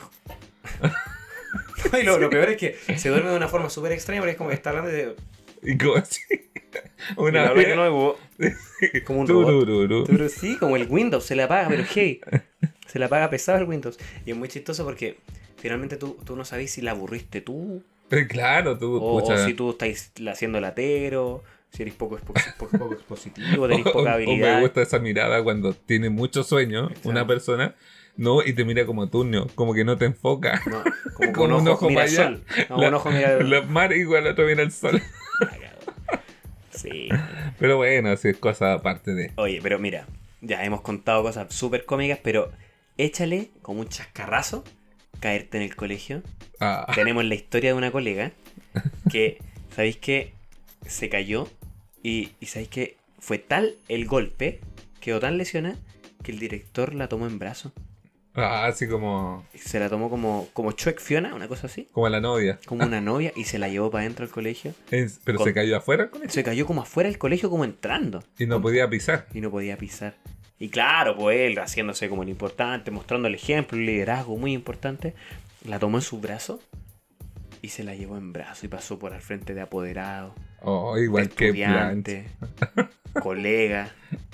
Y lo peor es que se duerme de una forma súper extraña porque es como que está hablando de. Y como así. Una Una vez vez. que no es como un robot. Turururu. Pero sí, como el Windows, se le apaga, pero hey, se le apaga pesado el Windows. Y es muy chistoso porque finalmente tú no sabes si la aburriste tú Claro, tú, o pucha. si tú estás haciendo latero, si eres poco expositivo, tenés O poca me habilidad. gusta esa mirada cuando tiene mucho sueño Exacto. una persona, ¿no? Y te mira como turno, como que no te enfoca. No, como Como con un un ojo ojo mira para el allá. sol. No, un ojo mira el Los mares igual, el otro mira el sol. Sí. Pero bueno, así es cosa aparte de. Oye, pero mira, ya hemos contado cosas súper cómicas, pero échale como un chascarrazo caerte en el colegio. Ah, Tenemos la historia de una colega que, ¿sabéis qué? Se cayó y ¿sabéis qué? Fue tal el golpe, quedó tan lesionada, que el director la tomó en brazo. así como Se la tomó como Chuck Fiona, una cosa así, la novia. como una novia, y se la llevó para adentro del colegio. Pero Con- se cayó afuera con eso Se cayó como afuera del colegio, como entrando. y no podía pisar. Y no podía pisar. Y claro, pues él haciéndose como el importante, mostrando el ejemplo, el liderazgo muy importante, la tomó en su brazo y se la llevó en brazo y pasó por al frente de apoderado, Oh, de igual que plan. estudiante, colega.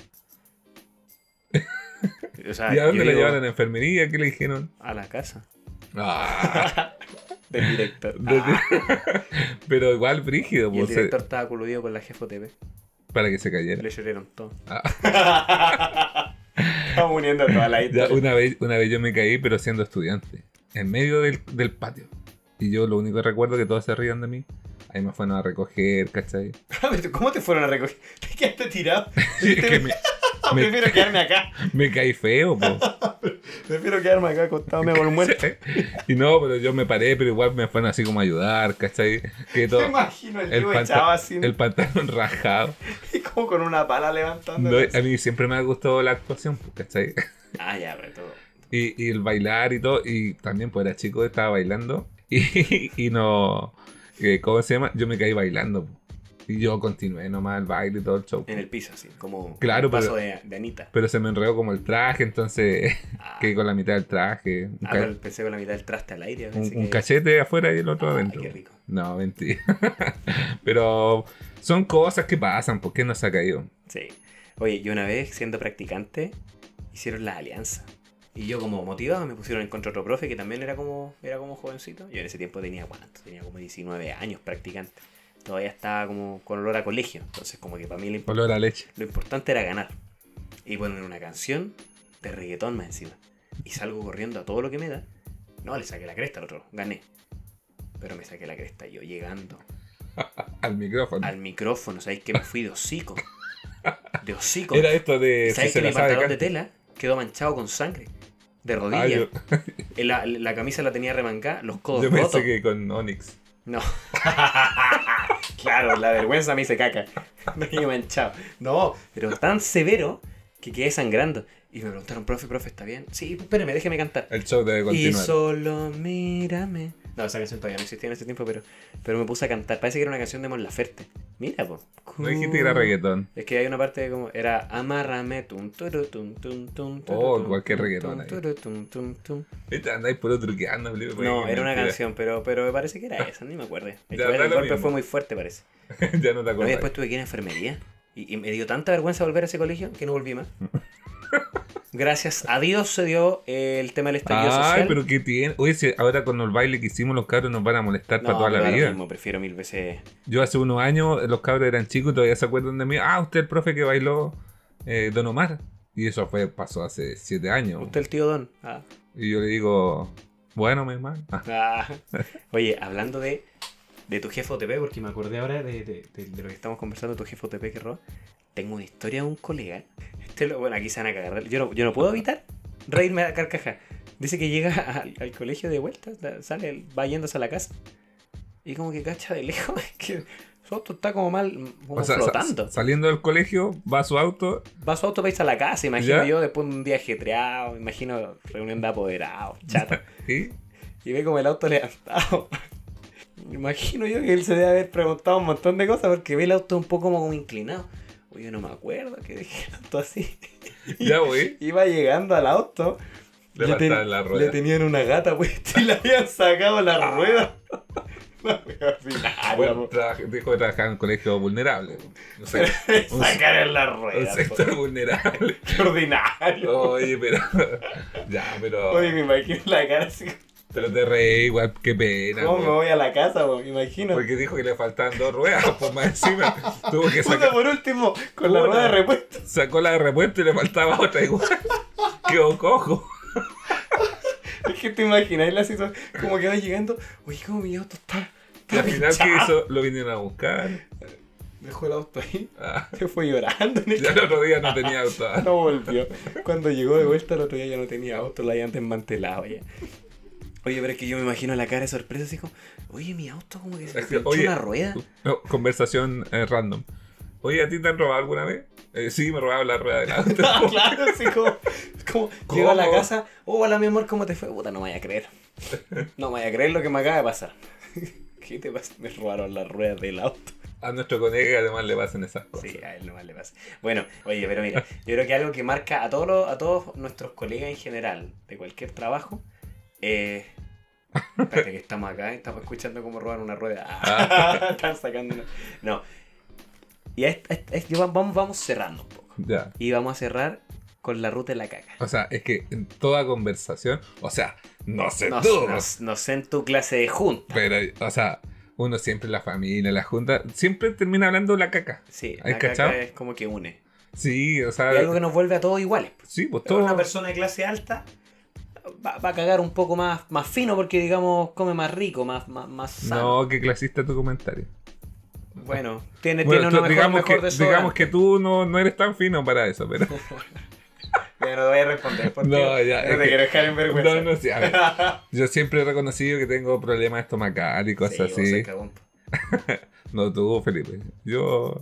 O sea, ¿Y a dónde yo la digo, llevaron a la enfermería? ¿Qué le dijeron? a la casa Ah, del director. pero igual brígido, Y el pues, director estaba coludido con la jefa TV. para que se cayera. Le lloraron todo. Ah. Estamos uniendo toda la Ya, historia. una vez yo me caí, pero siendo estudiante, en medio del patio. Y yo lo único que recuerdo es que todos se rían de mí. Ahí me fueron a recoger, ¿cachai? ¿Cómo te fueron a recoger? ¿Te quedaste tirado? Sí, es que Prefiero quedarme acá. me caí feo, po. Prefiero quedarme acá acostado, me por muerto. Y no, pero yo me paré, pero igual me fueron así como a ayudar, ¿cachai? Que todo, Me imagino el tío echado así. el pantalón rajado. Y como con una pala levantando. No, a mí siempre me ha gustado la actuación, ¿cachai? Ah, ya, pero todo. Y el bailar y todo. Y también, pues era chico, estaba bailando. Y no. ¿Cómo se llama? Yo me caí bailando. Y yo continué nomás el baile y todo el show. En el piso, así, como claro, un paso de Anita. Pero se me enredó como el traje, entonces quedé con la mitad del traje. Pero pensé con la mitad del traste al aire. Un cachete afuera y el otro adentro. Qué rico. No, mentira. Pero son cosas que pasan, ¿por qué no se ha caído? Sí. Oye, yo una vez, siendo practicante, hicieron la alianza. Y yo como motivado me pusieron en contra otro profe que también era como jovencito. Yo en ese tiempo tenía ¿cuánto? Tenía como 19 años practicante. Todavía estaba como con olor a colegio. Entonces como que para mí olor a leche. Lo importante era ganar. Y ponen una canción de reggaetón más encima. Y salgo corriendo a todo lo que me da. No, le saqué la cresta al otro. Gané. Pero me saqué la cresta yo llegando. Al micrófono. Al micrófono. ¿Sabéis que me fui de hocico? De hocico. Era esto de... ¿Sabéis que mi pantalón de tela quedó manchado con sangre? De rodilla. La camisa la tenía remangada, los codos rotos. Yo pensé que con Onyx. No. Claro, la vergüenza me hice caca. Me he manchado. No, pero tan severo que quedé sangrando. Y me preguntaron, profe, ¿está bien? Sí, espérame, déjeme cantar. El show debe continuar. Y solo mírame. No, esa canción todavía no existía en ese tiempo, pero me puse a cantar. Parece que era una canción de Mon Laferte. Mira, po. No dijiste que era reggaetón. Es que hay una parte como... Era amárrame, cualquier reggaetón ahí. Viste, andáis por otro que anda, no, era una canción, pero me parece que era esa, ni me acuerdo. El golpe fue muy fuerte, parece. Ya no te acuerdas. Y después tuve que ir a enfermería. Y me dio tanta vergüenza volver a ese colegio que no volví más. Gracias a Dios se dio el tema del estallido social. Ay, pero ¿qué tiene? Oye, si ahora con el baile que hicimos los cabros nos van a molestar para toda la vida. Mismo, prefiero 1000 veces. Yo hace unos años, los cabros eran chicos y todavía se acuerdan de mí. Ah, usted el profe que bailó Don Omar. Y eso pasó hace 7 años. Usted el tío Don. Y yo le digo, bueno, mi hermano. Oye, hablando de tu jefe OTP, porque me acordé ahora de lo que estamos conversando, tu jefe OTP que roba. Tengo una historia de un colega. Bueno, aquí se van a cagar. Yo no puedo evitar reírme a carcaja. Dice que llega al colegio de vuelta, va yéndose a la casa. Y como que cacha de lejos, es que su auto está como mal, como flotando. Saliendo del colegio, va a su auto. Va a su auto para irse a la casa, imagino ¿Ya? yo, después de un día ajetreado, imagino reunión de apoderados, chata. ¿Sí? Y ve como el auto levantado. Imagino yo que él se debe haber preguntado un montón de cosas porque ve el auto un poco como inclinado. Yo no me acuerdo que dejé el auto así. Ya, güey. Iba llegando al auto. Le tenían una gata puesta y le habían sacado la rueda. Bueno, dijo que trabajaba en un colegio vulnerable. No sé. Sacar en la rueda. Un sector vulnerable. Qué ordinario. Oye, pero. Oye, me imagino la cara así. Pero te reí igual, qué pena. ¿Cómo me voy a la casa, me imagino? Porque dijo que le faltaban 2 ruedas, pues más encima tuvo que sacar. Por último, con la rueda de repuesto. Sacó la de repuesto y le faltaba otra igual. Quedó cojo. Es que te imagináis la situación, como que va llegando, oye, como mi auto está y al final, ¿qué hizo? Lo vinieron a buscar. Dejó el auto ahí, se fue llorando. Ya el otro día no tenía auto. No volvió. Cuando llegó de vuelta el otro día ya no tenía auto, lo habían desmantelado ya. Oye, pero es que yo me imagino la cara de sorpresa así como, oye, mi auto como que se le pinchó una rueda. No, conversación random. Oye, ¿a ti te han robado alguna vez? Sí, me robaron la rueda del auto. Claro, así como llego a la casa, hola mi amor, ¿cómo te fue? Puta, no me vaya a creer. No me vaya a creer lo que me acaba de pasar. ¿Qué te pasa? Me robaron las ruedas del auto. A nuestro colega además le pasan esas cosas. Sí, a él nomás le pasa. Bueno, oye, pero mira, yo creo que algo que marca a todos nuestros colegas en general, de cualquier trabajo, espérate que estamos acá, estamos escuchando cómo roban una rueda. Están sacando una... No. Y vamos cerrando un poco. Ya. Y vamos a cerrar con la ruta de la caca. O sea, es que en toda conversación, o sea, no sé tú. No sé en tu clase de junta. Pero, o sea, uno siempre, la familia, la junta, siempre termina hablando de la caca. Sí, la caca es como que une. Sí, o sea... Y algo que nos vuelve a todos iguales. Sí, pues todo... Una persona de clase alta va a cagar un poco más fino porque, digamos, come más rico, más sano. No, qué clasista tu comentario. Bueno, tiene una mejor de soda. Digamos que tú no eres tan fino para eso, pero... Ya no te voy a responder porque No, ya, no es te que- quiero dejar en vergüenza. No, sí, a ver. Yo siempre he reconocido que tengo problemas estomacales y Sí, cosas vos sos así. cagón. No tú, Felipe. Yo.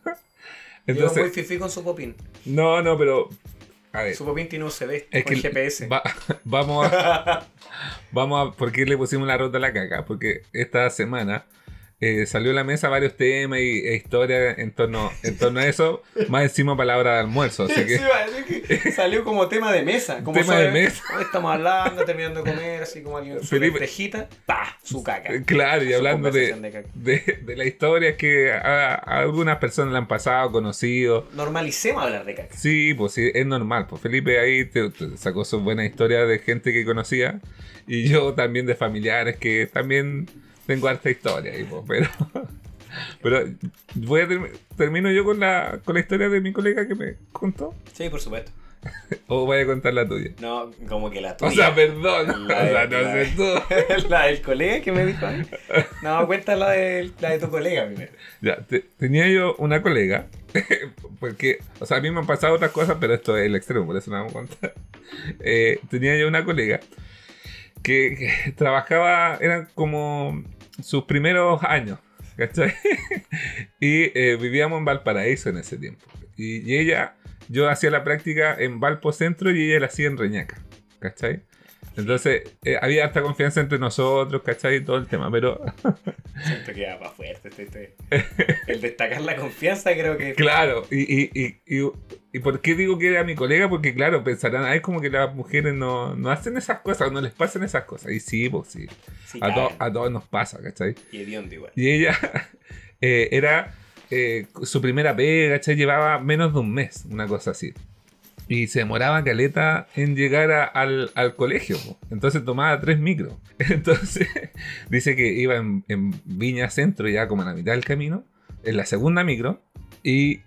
Yo muy Entonces, fifí con su popín. no, pero. A ver. Su popín tiene USB Es con que GPS. vamos a. ¿Por qué le pusimos la ruta a la caca? Porque esta semana salió a la mesa varios temas e historias en torno a eso. Más encima palabra de almuerzo. Así Sí, que. va a decir que salió como tema de mesa. Como Tema de sabe, mesa. hoy estamos hablando, terminando de comer, así como alguien su Felipe. lentejita, ¡pa! Su caca. Claro, y Su hablando conversación de caca. de la historia que a algunas personas la han pasado, conocido. Normalicemos hablar de caca. Sí, pues sí, es normal. Pues Felipe ahí te sacó sus buenas historias de gente que conocía. Y yo también de familiares que también tengo harta historia ahí, pues, pero voy a termino yo con la historia de mi colega que me contó. Sí, por supuesto. O voy a contar la tuya. No, como que la tuya. O sea, perdón. La O sea, de- no sé tú. La del colega que me dijo a mí. No, cuenta la de tu colega primero. Ya, tenía yo una colega, porque, o sea, a mí me han pasado otras cosas, pero esto es el extremo, por eso no vamos a contar. Tenía yo una colega que trabajaba, eran como sus primeros años, ¿cachai? Y vivíamos en Valparaíso en ese tiempo. Y ella, yo hacía la práctica en Valpo Centro y ella la hacía en Reñaca, ¿cachai? Entonces, había harta confianza entre nosotros, ¿cachai? Y todo el tema, pero... Siento que va más fuerte. El destacar la confianza creo que... Claro, y ¿por qué digo que era mi colega? Porque claro, pensarán, es como que las mujeres no hacen esas cosas, no les pasan esas cosas. Y sí, pues sí, Sí, a todos nos pasa, ¿cachai? Y hediondo igual. Y ella era su primera pega, ¿cachai? Llevaba menos de un mes, una cosa así. Y se demoraba caleta en llegar al colegio, po. Entonces tomaba 3 micros. Entonces dice que iba en Viña Centro, ya como a la mitad del camino, en la segunda micro, y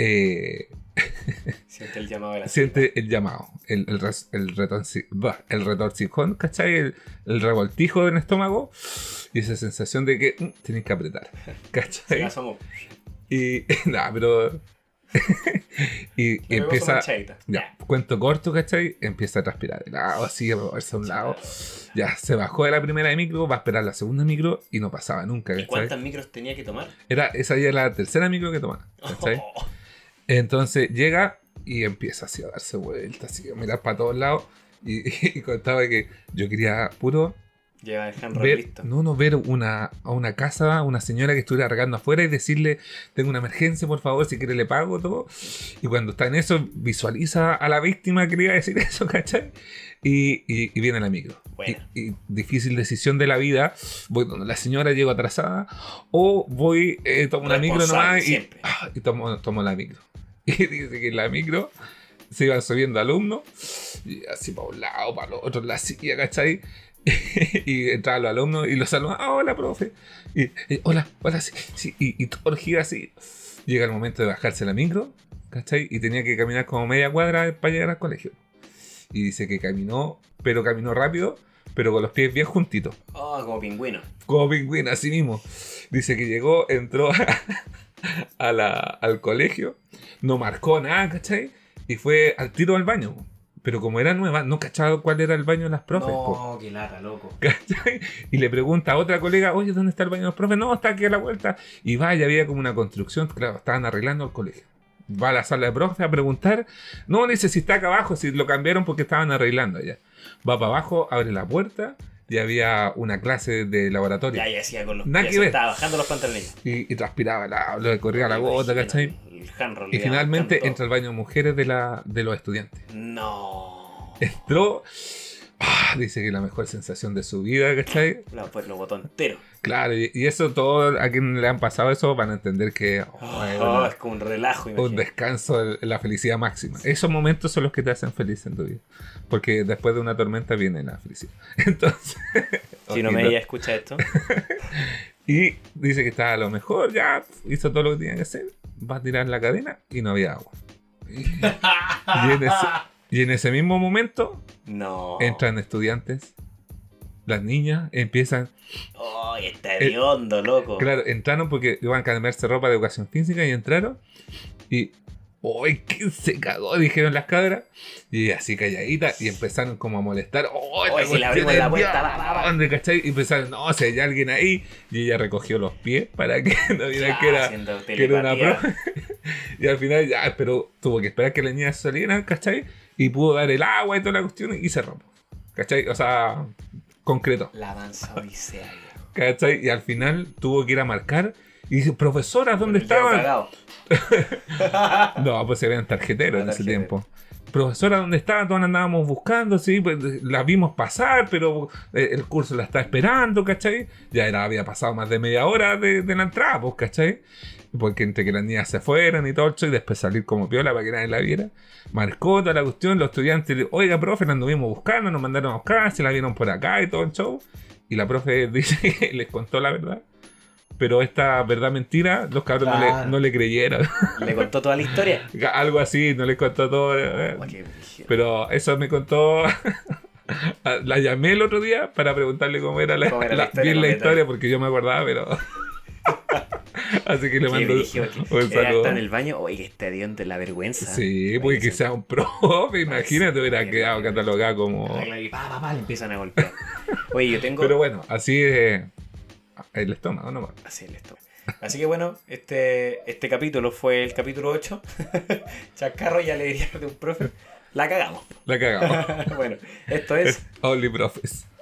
Siente el llamado de la siente el llamado, el retorcijón, ¿cachai? El revoltijo en el estómago, y esa sensación de que tienes que apretar, Se ¿cachai? la asomó. Y nada, pero... y Luego su empieza... manchadita. Ya, cuento corto, ¿cachai? Empieza a transpirar de lado, así, a moverse a un lado. Ya, se bajó de la primera de micro, va a esperar la segunda micro y no pasaba nunca, ¿Y ¿cachai? cuántas micros tenía que tomar? Esa ya era la tercera micro que tomaba, ¿cachai? Oh, Entonces llega y empieza así a darse vueltas, así a mirar para todos lados. Y contaba que yo quería puro lleva el handroll ver, listo. ver a una casa, una señora que estuviera regando afuera y decirle, tengo una emergencia, por favor, si quiere le pago todo. Y cuando está en eso, visualiza a la víctima que le iba a decir eso, ¿cachai? Y viene la micro. Bueno. Y difícil decisión de la vida, voy donde la señora, llego atrasada, o voy, tomo una micro Responsable, nomás siempre. y tomo la micro. Y dice que en la micro se iban subiendo alumnos, y así para un lado, para el otro, en la silla, ¿cachai? Y entraban los alumnos y los saludaban, hola, profe. Y hola, sí, sí. Y todo gira así. Llega el momento de bajarse la micro, ¿cachai? Y tenía que caminar como media cuadra para llegar al colegio. Y dice que caminó, pero caminó rápido, pero con los pies bien juntitos. Oh, como pingüino. Como pingüino, así mismo. Dice que llegó, entró al colegio, no marcó nada, ¿cachai? Y fue al tiro al baño. Pero como era nueva, no cachaba cuál era el baño de las profes. po. No, qué lata, loco. ¿Cachai? Y le pregunta a otra colega, oye, ¿dónde está el baño de los profes? No, está aquí a la vuelta. Y va, y había como una construcción, claro, estaban arreglando el colegio. Va a la sala de profes a preguntar, no, dice si está acá abajo, si lo cambiaron porque estaban arreglando allá. Va para abajo, abre la puerta y había una clase de laboratorio. Ya decía con los Nada pies, que ver. estaba bajando los pantalones. Y transpiraba, le corría la gota, ¿cachai? El handroll Y le finalmente daba tanto. entra al baño de mujeres de los estudiantes. No. Entró, dice que la mejor sensación de su vida, ¿cachai? Pues lo botó entero. Claro, y eso todo, a quien le han pasado eso, van a entender que Es como un relajo, un imagínate. descanso, la felicidad máxima. Esos momentos son los que te hacen feliz en tu vida. Porque después de una tormenta viene la felicidad. Entonces, Si no me ella escucha esto. y dice que estaba a lo mejor, ya hizo todo lo que tenía que hacer, va a tirar la cadena y no había agua. Y en ese mismo momento No. entran estudiantes, las niñas empiezan, Oh, está hediondo, loco. claro, entraron porque iban a cambiarse ropa de educación física y entraron y ¡Uy, quién se cagó! Dijeron las cabras. Y así calladita. Y empezaron como a molestar. Oye, si le abrimos la puerta, ¿Dónde, cachai? Y empezaron, no, si hay alguien ahí. Y ella recogió los pies para que no vieran que era una profe. Y al final, ya, pero tuvo que esperar que las niñas salieran, ¿cachai? Y pudo dar el agua y toda la cuestión. Y cerró. ¿Cachai? O sea, concreto. La mansa odisea. ¿Cachai? Y al final tuvo que ir a marcar. Y dice, profesoras, ¿dónde estaban? No, pues se veían tarjeteros en ese tiempo. Profesora, ¿dónde estaban? Todos andábamos buscando, sí, pues la vimos pasar, pero el curso la está esperando, ¿cachai? Ya había pasado más de media hora de la entrada, pues, ¿cachai? Porque entre que las niñas se fueran y todo eso, y después salir como piola para que nadie la viera. Marcó toda la cuestión, los estudiantes, oiga, profe, la anduvimos buscando, nos mandaron a buscar, se la vieron por acá y todo el show. Y la profe dice que les contó la verdad. Pero esta verdad mentira, los cabros no le creyeron. ¿Le contó toda la historia? Algo así, no le contó todo. Pero eso me contó. La llamé el otro día para preguntarle cómo era la historia, porque yo me acordaba, pero. Así que le mando un saludo. Está en el baño, oye, que este adión de la vergüenza. Sí, porque que sea un profe, imagínate, hubiera quedado catalogado como. Le empiezan a golpear. Oye, yo tengo. Pero bueno, así es. El estómago nomás. Así el estómago. Así que bueno, este capítulo fue el capítulo 8. Chascarro y alegría de un profe. La cagamos. La cagamos. Bueno, esto es Only Profes.